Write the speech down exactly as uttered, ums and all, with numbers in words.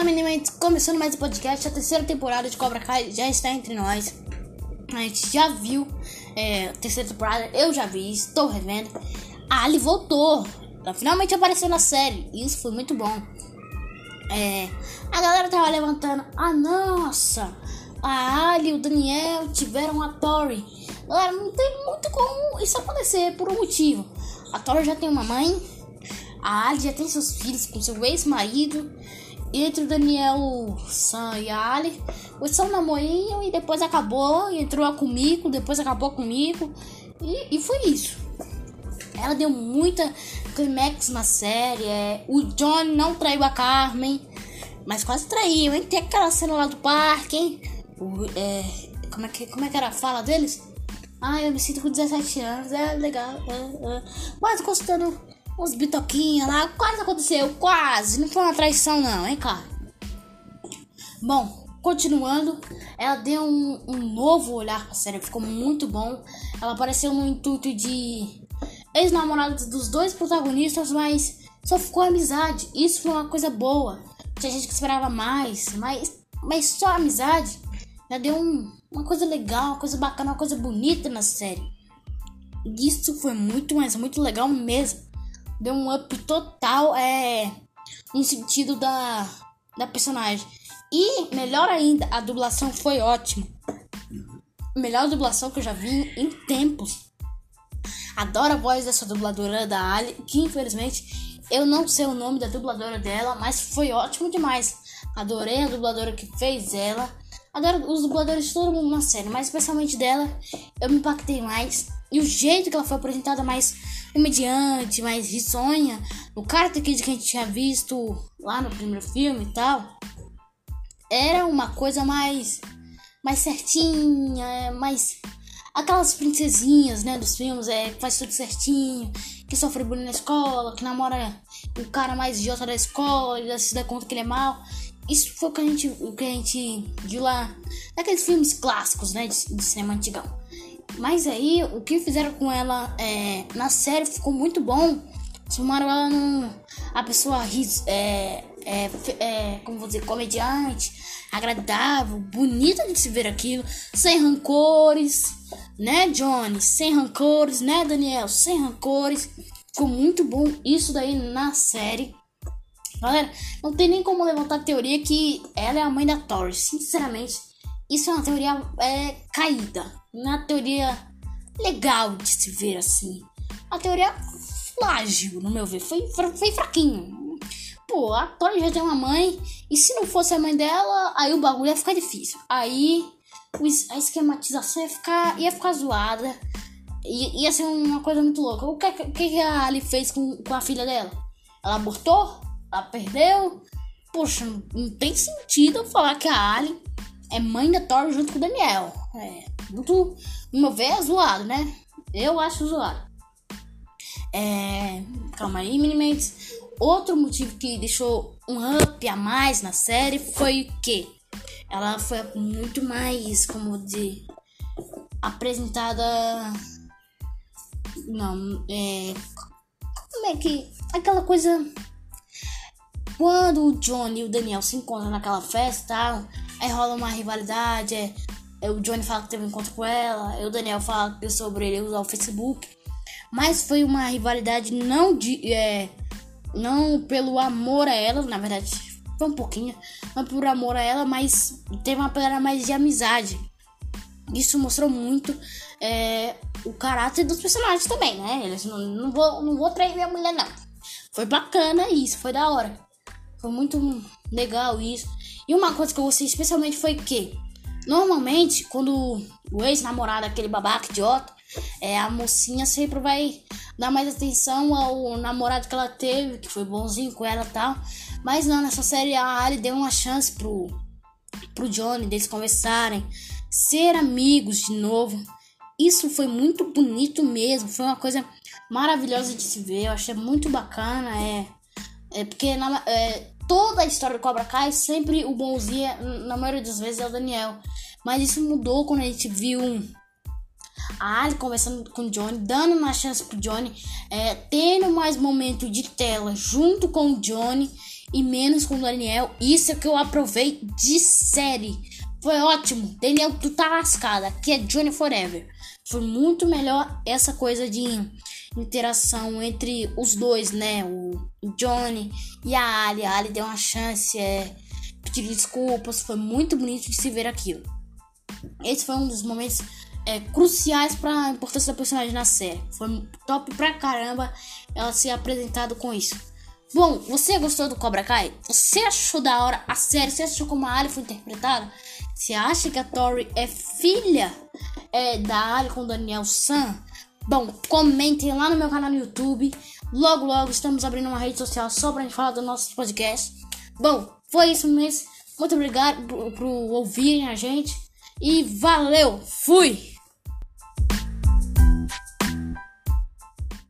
meninas, começando mais um podcast. A terceira temporada de Cobra Kai já está entre nós. A gente já viu é, a terceira temporada, eu já vi, estou revendo. A Ali voltou, ela finalmente apareceu na série, isso foi muito bom. é, A galera tava levantando: ah, nossa, a Ali e o Daniel tiveram a Tori. Galera, não tem muito como isso acontecer por um motivo. A Tori já tem uma mãe, a Ali já tem seus filhos com seu ex-marido. E entre o Daniel, Sam e a Ali, o Sam namorinho e depois acabou. E entrou com o Mico, depois acabou com o Mico. E, e foi isso. Ela deu muita climax na série. É, o John não traiu a Carmen, mas quase traiu, hein? Tem aquela cena lá do parque, hein? O, é, como, é que, como é que era a fala deles? Ah, eu me sinto com dezessete anos, é legal. É, é. Quase custando uns bitoquinhos lá, quase aconteceu, quase. Não foi uma traição não, hein, cara? Bom, continuando, ela deu um, um novo olhar pra série, ficou muito bom. Ela apareceu no intuito de ex-namorado dos dois protagonistas, mas só ficou amizade. Isso foi uma coisa boa. Tinha gente que esperava mais, mas, mas só amizade já deu um, uma coisa legal, uma coisa bacana, uma coisa bonita na série. Isso foi muito, mas muito legal mesmo. Deu um up total é, no sentido da, da personagem. E melhor ainda, a dublação foi ótima. Melhor dublação que eu já vi em tempos. Adoro a voz dessa dubladora da Ali, que infelizmente eu não sei o nome da dubladora dela, mas foi ótimo demais. Adorei a dubladora que fez ela. Adoro os dubladores de todo mundo na série, mas especialmente dela, eu me impactei mais. E o jeito que ela foi apresentada, mais comediante, mais risonha, o Karate Kid que a gente tinha visto lá no primeiro filme e tal, era uma coisa mais, mais certinha, mais aquelas princesinhas, né, dos filmes, é, que faz tudo certinho, que sofre bullying na escola, que namora o cara mais idiota da escola e se dá conta que ele é mau. Isso foi o que a gente, o que a gente viu lá naqueles filmes clássicos, né, de, de cinema antigão. Mas aí, o que fizeram com ela é, na série ficou muito bom. Transformaram ela num a pessoa é, é, é, como vou dizer, comediante, agradável, bonita de se ver aquilo, sem rancores, né, Johnny? Sem rancores, né, Daniel? Sem rancores. Ficou muito bom isso daí na série. Galera, não tem nem como levantar a teoria que ela é a mãe da Tori. Sinceramente, isso é uma teoria é, caída. Não é uma teoria legal de se ver assim. A teoria frágil, no meu ver. Foi, foi fraquinho. Pô, a Tori já tem uma mãe. E se não fosse a mãe dela, aí o bagulho ia ficar difícil. Aí a esquematização ia ficar, ia ficar zoada. Ia, ia ser uma coisa muito louca. O que, que, que a Ali fez com, com a filha dela? Ela abortou? Ela perdeu? Poxa, não, não tem sentido eu falar que a Ali é mãe da Tori junto com o Daniel. É, muito, no meu ver, é zoado, né? Eu acho zoado. É, calma aí, meninas. Outro motivo que deixou um up a mais na série foi o quê? Ela foi muito mais, como dizer, apresentada. Não, é. Como é que. Aquela coisa. Quando o Johnny e o Daniel se encontram naquela festa, tá? Aí rola uma rivalidade, é, é, o Johnny fala que teve um encontro com ela, aí o Daniel fala que sobre ele usar o Facebook. Mas foi uma rivalidade não de é, não pelo amor a ela, na verdade foi um pouquinho, não por amor a ela, mas teve uma pegada mais de amizade. Isso mostrou muito é, o caráter dos personagens também, né? Eles não, não vou, não vou trair minha mulher, não. Foi bacana isso, foi da hora. Foi muito legal isso. E uma coisa que eu gostei especialmente foi que, normalmente, quando o ex-namorado, aquele babaca idiota, é, a mocinha sempre vai dar mais atenção ao namorado que ela teve, que foi bonzinho com ela e tal. Mas não, nessa série a Ali deu uma chance pro, pro Johnny, deles conversarem, ser amigos de novo. Isso foi muito bonito mesmo, foi uma coisa maravilhosa de se ver. Eu achei muito bacana, é, é porque na, é, toda a história do Cobra Kai, sempre o bonzinho, na maioria das vezes, é o Daniel. Mas isso mudou quando a gente viu a Ali conversando com o Johnny, dando uma chance pro Johnny, é, tendo mais momento de tela junto com o Johnny. e menos com o Daniel. Isso é que eu aprovei de série. Foi ótimo. Daniel, tu tá lascada. Aqui é Johnny Forever. Foi muito melhor essa coisa de interação entre os dois, né? O Johnny e a Ali. A Ali deu uma chance, é, pedir desculpas. Foi muito bonito de se ver aquilo. Esse foi um dos momentos é, cruciais para a importância da personagem na série. Foi top pra caramba ela ser apresentada com isso. Bom, você gostou do Cobra Kai? Você achou da hora a série? Você achou como a Ali foi interpretada? Você acha que a Tori é filha é, da Ali com o Daniel San? Bom, comentem lá no meu canal no YouTube. Logo, logo estamos abrindo uma rede social só pra gente falar do nosso podcast. Bom, foi isso mesmo. Muito obrigado por, por ouvirem a gente. E valeu, fui!